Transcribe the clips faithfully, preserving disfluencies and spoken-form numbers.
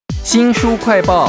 新书快报，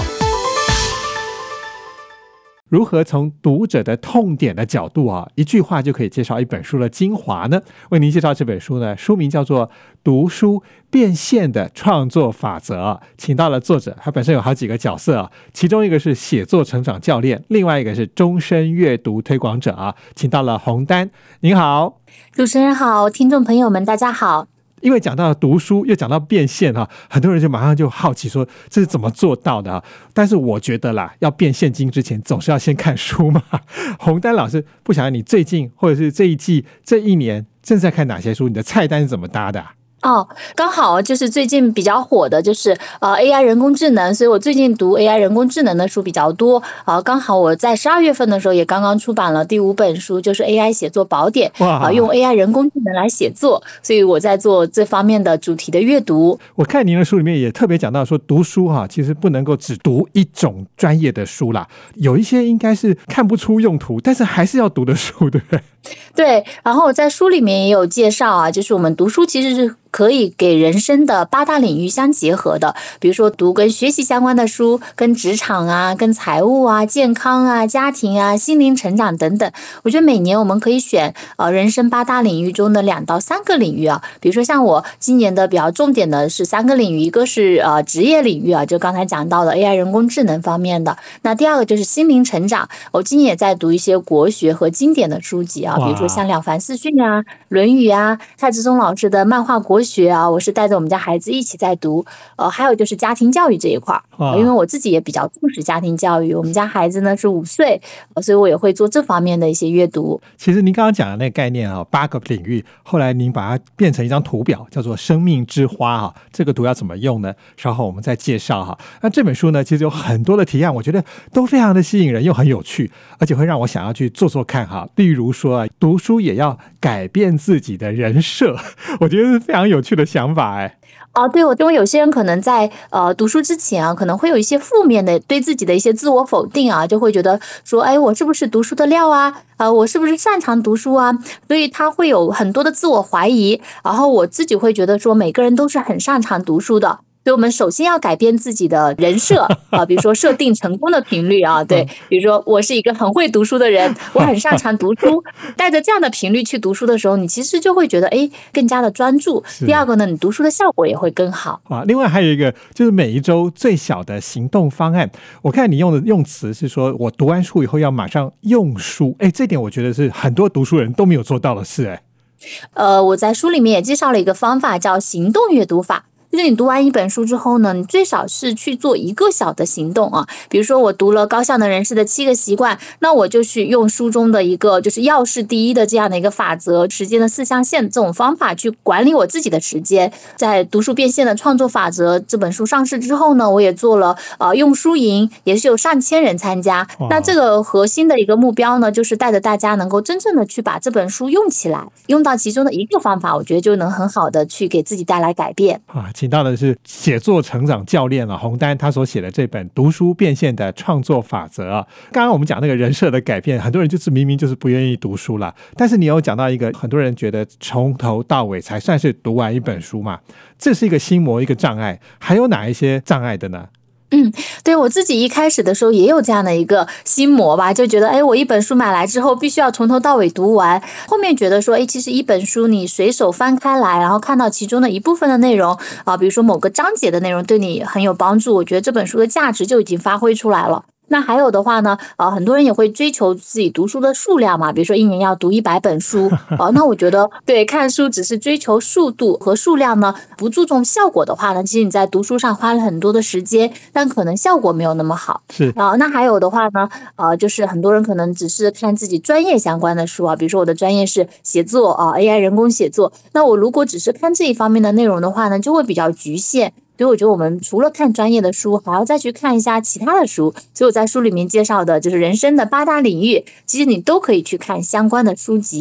如何从读者的痛点的角度啊，一句话就可以介绍一本书的精华呢？为您介绍这本书呢，书名叫做《读书变现的创作法则》啊，请到了作者，他本身有好几个角色啊，其中一个是写作成长教练，另外一个是终身阅读推广者啊，请到了洪丹。您好。 主持人好，听众朋友们大家好。 因为讲到读书又讲到变现哈，很多人就马上就好奇说这是怎么做到的啊？但是我觉得啦，要变现金之前总是要先看书嘛。洪丹老师，不晓得你最近或者是这一季这一年正在看哪些书？你的菜单是怎么搭的啊？ 哦，刚好就是最近比较火的就是呃 A I 人工智能，所以我最近读 A I 人工智能的书比较多啊、呃。刚好我在十二月份的时候也刚刚出版了第五本书，就是 A I 写作宝典啊、呃，用 A I 人工智能来写作，所以我在做这方面的主题的阅读。 我看您的书里面也特别讲到说，读书哈、啊，其实不能够只读一种专业的书啦，有一些应该是看不出用途，但是还是要读的书，对不对？ 对，然后在书里面也有介绍啊，就是我们读书其实是可以给人生的八大领域相结合的，比如说读跟学习相关的书，跟职场啊、跟财务啊、健康啊、家庭啊、心灵成长等等。我觉得每年我们可以选呃人生八大领域中的两到三个领域啊，比如说像我今年的比较重点的是三个领域，一个是呃职业领域啊，就刚才讲到的 A I 人工智能方面的，那第二个就是心灵成长，我今年也在读一些国学和经典的书籍啊，比如说像《了凡四训》啊、《论语》啊、蔡志忠老师的漫画国学啊，我是带着我们家孩子一起在读。呃，还有就是家庭教育这一块，因为我自己也比较重视家庭教育，我们家孩子呢是五岁，所以我也会做这方面的一些阅读。 其实您刚刚讲的那个概念啊，八个领域，后来您把它变成一张图表，叫做生命之花哈。这个图要怎么用呢？稍后我们再介绍哈。那这本书呢，其实有很多的提案，我觉得都非常的吸引人，又很有趣，而且会让我想要去做做看哈。例如说啊，读书也要改变自己的人设，我觉得是非常有趣的想法哎。 哦，对，我因为有些人可能在呃读书之前啊，可能会有一些负面的对自己的一些自我否定啊，就会觉得说，哎，我是不是读书的料啊？呃，我是不是擅长读书啊？所以他会有很多的自我怀疑。然后我自己会觉得说，每个人都是很擅长读书的。所以我们首先要改变自己的人设啊，比如说设定成功的频率啊，对，比如说我是一个很会读书的人，我很擅长读书，带着这样的频率去读书的时候，你其实就会觉得哎更加的专注。第二个呢，你读书的效果也会更好啊。另外还有一个就是每一周最小的行动方案，我看你用的用词是说我读完书以后要马上用书，哎，这点我觉得是很多读书人都没有做到的事哎。 呃，我在书里面也介绍了一个方法，叫行动阅读法。就是你读完一本书之后呢，你最少是去做一个小的行动啊。比如说我读了高效能人士的七个习惯，那我就去用书中的一个就是要事第一的这样的一个法则，时间的四象限这种方法去管理我自己的时间。在读书变现的创作法则这本书上市之后呢，我也做了呃用书营，也是有上千人参加。那这个核心的一个目标呢，就是带着大家能够真正的去把这本书用起来，用到其中的一个方法，我觉得就能很好的去给自己带来改变啊。请到的是写作成长教练啊，洪丹他所写的这本《读书变现的创作法则》啊。刚刚我们讲那个人设的改变，很多人就是明明就是不愿意读书啦，但是你有讲到一个，很多人觉得从头到尾才算是读完一本书嘛，这是一个心魔，一个障碍。还有哪一些障碍的呢？ 嗯，对，我自己一开始的时候也有这样的一个心魔吧，就觉得哎，我一本书买来之后必须要从头到尾读完。后面觉得说，哎，其实一本书你随手翻开来，然后看到其中的一部分的内容啊，比如说某个章节的内容对你很有帮助，我觉得这本书的价值就已经发挥出来了。那还有的话呢，呃，很多人也会追求自己读书的数量嘛，比如说一年要读一百本书，呃，那我觉得对看书只是追求速度和数量呢，不注重效果的话呢，其实你在读书上花了很多的时间，但可能效果没有那么好。 是啊、呃，那还有的话呢，呃，就是很多人可能只是看自己专业相关的书啊，比如说我的专业是写作啊、呃、，A I 人工写作，那我如果只是看这一方面的内容的话呢，就会比较局限。所以我觉得我们除了看专业的书，还要再去看一下其他的书。所以我在书里面介绍的就是人生的八大领域，其实你都可以去看相关的书籍。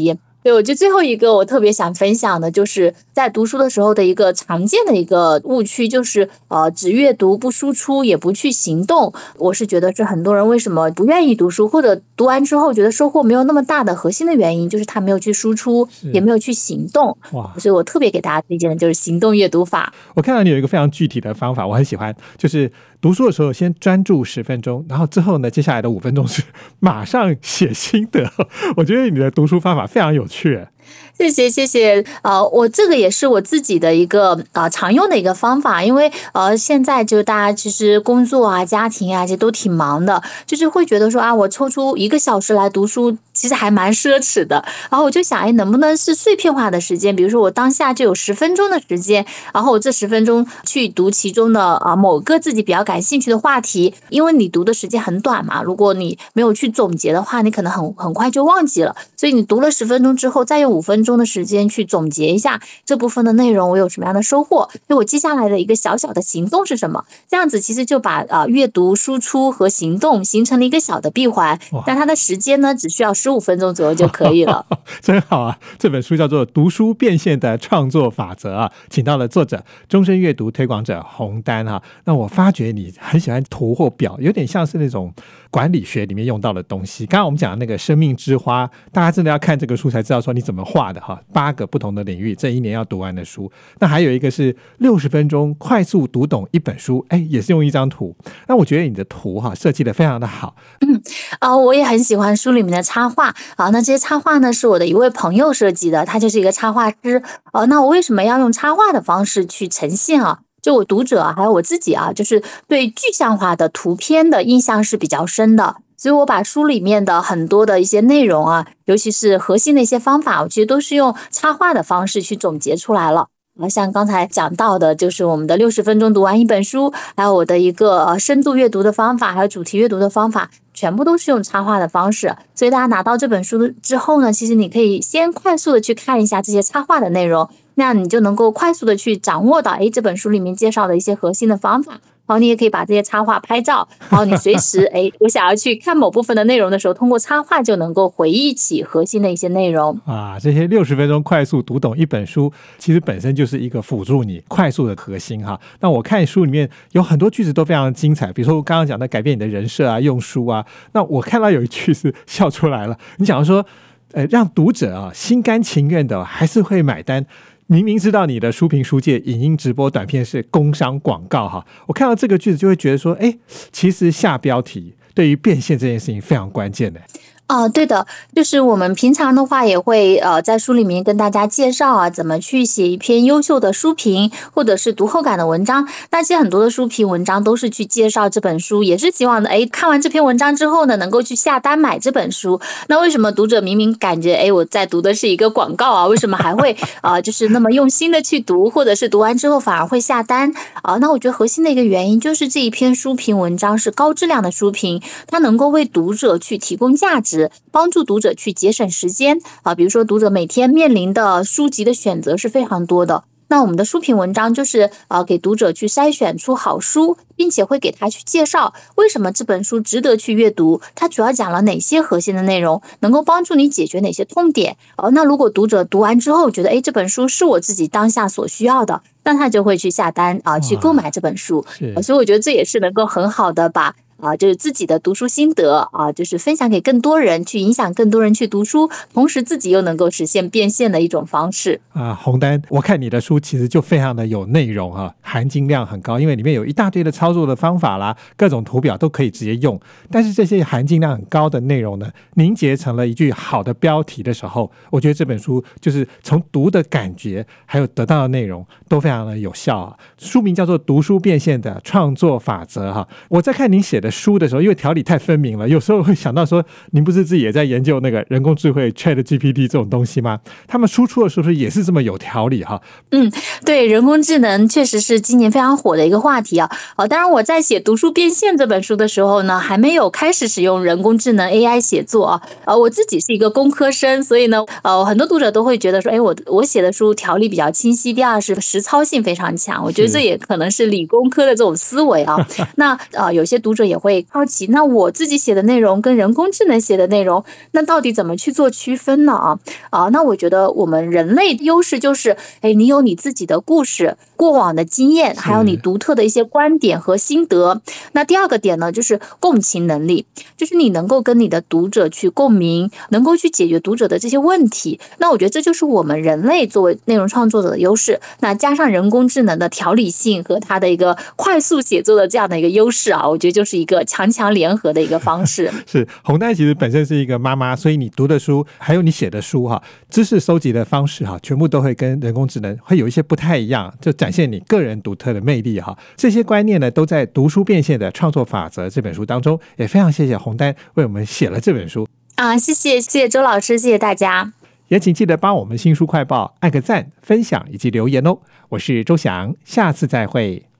对，我觉得最后一个我特别想分享的，就是在读书的时候的一个常见的一个误区，就是呃，只阅读不输出，也不去行动。我是觉得是很多人为什么不愿意读书，或者读完之后觉得收获没有那么大的核心的原因，就是他没有去输出，也没有去行动。哇！所以我特别给大家推荐的就是行动阅读法。 我看到你有一个非常具体的方法，我很喜欢，就是读书的时候先专注十分钟，然后之后呢，接下来的五分钟是马上写心得。我觉得你的读书方法非常有趣。 谢谢谢谢，呃，我这个也是我自己的一个呃常用的一个方法，因为呃现在就大家其实工作啊、家庭啊，其实都挺忙的，就是会觉得说啊，我抽出一个小时来读书，其实还蛮奢侈的。然后我就想，哎，能不能是碎片化的时间？比如说我当下就有十分钟的时间，然后我这十分钟去读其中的啊、呃、某个自己比较感兴趣的话题，因为你读的时间很短嘛，如果你没有去总结的话，你可能很很快就忘记了。所以你读了十分钟之后，再用五分钟的时间去总结一下这部分的内容，我有什么样的收获？所以我接下来的一个小小的行动是什么？这样子其实就把呃阅读、输出和行动形成了一个小的闭环。但它的时间呢，只需要十五分钟左右就可以了。 真好啊！这本书叫做《读书变现的创作法则》啊，请到了作者终身阅读推广者洪丹哈。那我发觉你很喜欢图或表，有点像是那种管理学里面用到的东西。刚刚我们讲的那个生命之花，大家真的要看这个书才知道说你怎么画的哈。八个不同的领域，这一年要读完的书。那还有一个是六十分钟快速读懂一本书，哎，也是用一张图。那我觉得你的图哈设计的非常的好。 嗯，呃，我也很喜欢书里面的插画啊。那这些插画呢是我的一位朋友设计的，他就是一个插画师。呃，那我为什么要用插画的方式去呈现啊？就我读者啊，还有我自己啊，就是对具象化的图片的印象是比较深的。所以我把书里面的很多的一些内容啊，尤其是核心的一些方法，我其实都是用插画的方式去总结出来了。像刚才讲到的，就是我们的六十分钟读完一本书，还有我的一个深度阅读的方法，还有主题阅读的方法，全部都是用插画的方式。所以大家拿到这本书之后呢，其实你可以先快速的去看一下这些插画的内容，那你就能够快速的去掌握到，哎，这本书里面介绍的一些核心的方法。然后你也可以把这些插画拍照，然后你随时哎，我想要去看某部分的内容的时候，通过插画就能够回忆起核心的一些内容啊。这些六十分钟快速读懂一本书，其实本身就是一个辅助你快速的核心哈。那我看书里面有很多句子都非常精彩，比如说我刚刚讲的改变你的人设啊，用书啊。那我看到有一句是笑出来了，你讲说，呃，让读者啊心甘情愿的还是会买单。明明知道你的书评书介影音直播短片是工商广告哈，我看到这个句子就会觉得说，哎，其实下标题对于变现这件事情非常关键的。 哦，对的，就是我们平常的话也会呃在书里面跟大家介绍啊，怎么去写一篇优秀的书评或者是读后感的文章。那些很多的书评文章都是去介绍这本书，也是希望的，哎，看完这篇文章之后呢，能够去下单买这本书。那为什么读者明明感觉，哎，我在读的是一个广告啊，为什么还会啊、呃、就是那么用心的去读，或者是读完之后反而会下单啊、呃？那我觉得核心的一个原因就是这一篇书评文章是高质量的书评，它能够为读者去提供价值。帮助读者去节省时间啊，比如说读者每天面临的书籍的选择是非常多的，那我们的书评文章就是呃给读者去筛选出好书，并且会给他去介绍为什么这本书值得去阅读，它主要讲了哪些核心的内容，能够帮助你解决哪些痛点。哦，那如果读者读完之后觉得，哎，这本书是我自己当下所需要的，那他就会去下单啊，去购买这本书。啊，所以我觉得这也是能够很好的把。啊，就是自己的读书心得啊，就是分享给更多人，去影响更多人去读书，同时自己又能够实现变现的一种方式啊。洪丹，我看你的书其实就非常的有内容啊，含金量很高，因为里面有一大堆的操作的方法啦，各种图表都可以直接用。但是这些含金量很高的内容呢，凝结成了一句好的标题的时候，我觉得这本书就是从读的感觉还有得到的内容都非常的有效啊。书名叫做《读书变现的创作法则》哈。我在看您写的书的时候，因为条理太分明了，有时候会想到说，您不是自己也在研究那个人工智慧 Chat G P T 这种东西吗？他们输出的是不是也是这么有条理哈？ 嗯，对，人工智能确实是今年非常火的一个话题啊。呃，当然我在写《读书变现》这本书的时候呢，还没有开始使用人工智能 A I 写作啊。呃，我自己是一个工科生，所以呢，呃，很多读者都会觉得说，哎，我我写的书条理比较清晰，第二是实操性非常强。我觉得这也可能是理工科的这种思维啊。那呃，有些读者也也会好奇，那我自己写的内容跟人工智能写的内容，那到底怎么去做区分呢？啊啊，那我觉得我们人类优势就是，哎，你有你自己的故事、过往的经验，还有你独特的一些观点和心得。那第二个点呢，就是共情能力，就是你能够跟你的读者去共鸣，能够去解决读者的这些问题。那我觉得这就是我们人类作为内容创作者的优势。那加上人工智能的条理性和它的一个快速写作的这样的一个优势啊，我觉得就是一个强强联合的一个方式。 是，洪丹其实本身是一个妈妈，所以你读的书还有你写的书哈，知识收集的方式哈，全部都会跟人工智能会有一些不太一样，就展现你个人独特的魅力哈。这些观念呢，都在《读书变现的创作法则》这本书当中，也非常谢谢洪丹为我们写了这本书啊，谢谢谢谢周老师，谢谢大家。 也请记得帮我们新书快报按个赞、分享以及留言哦。我是周翔，下次再会。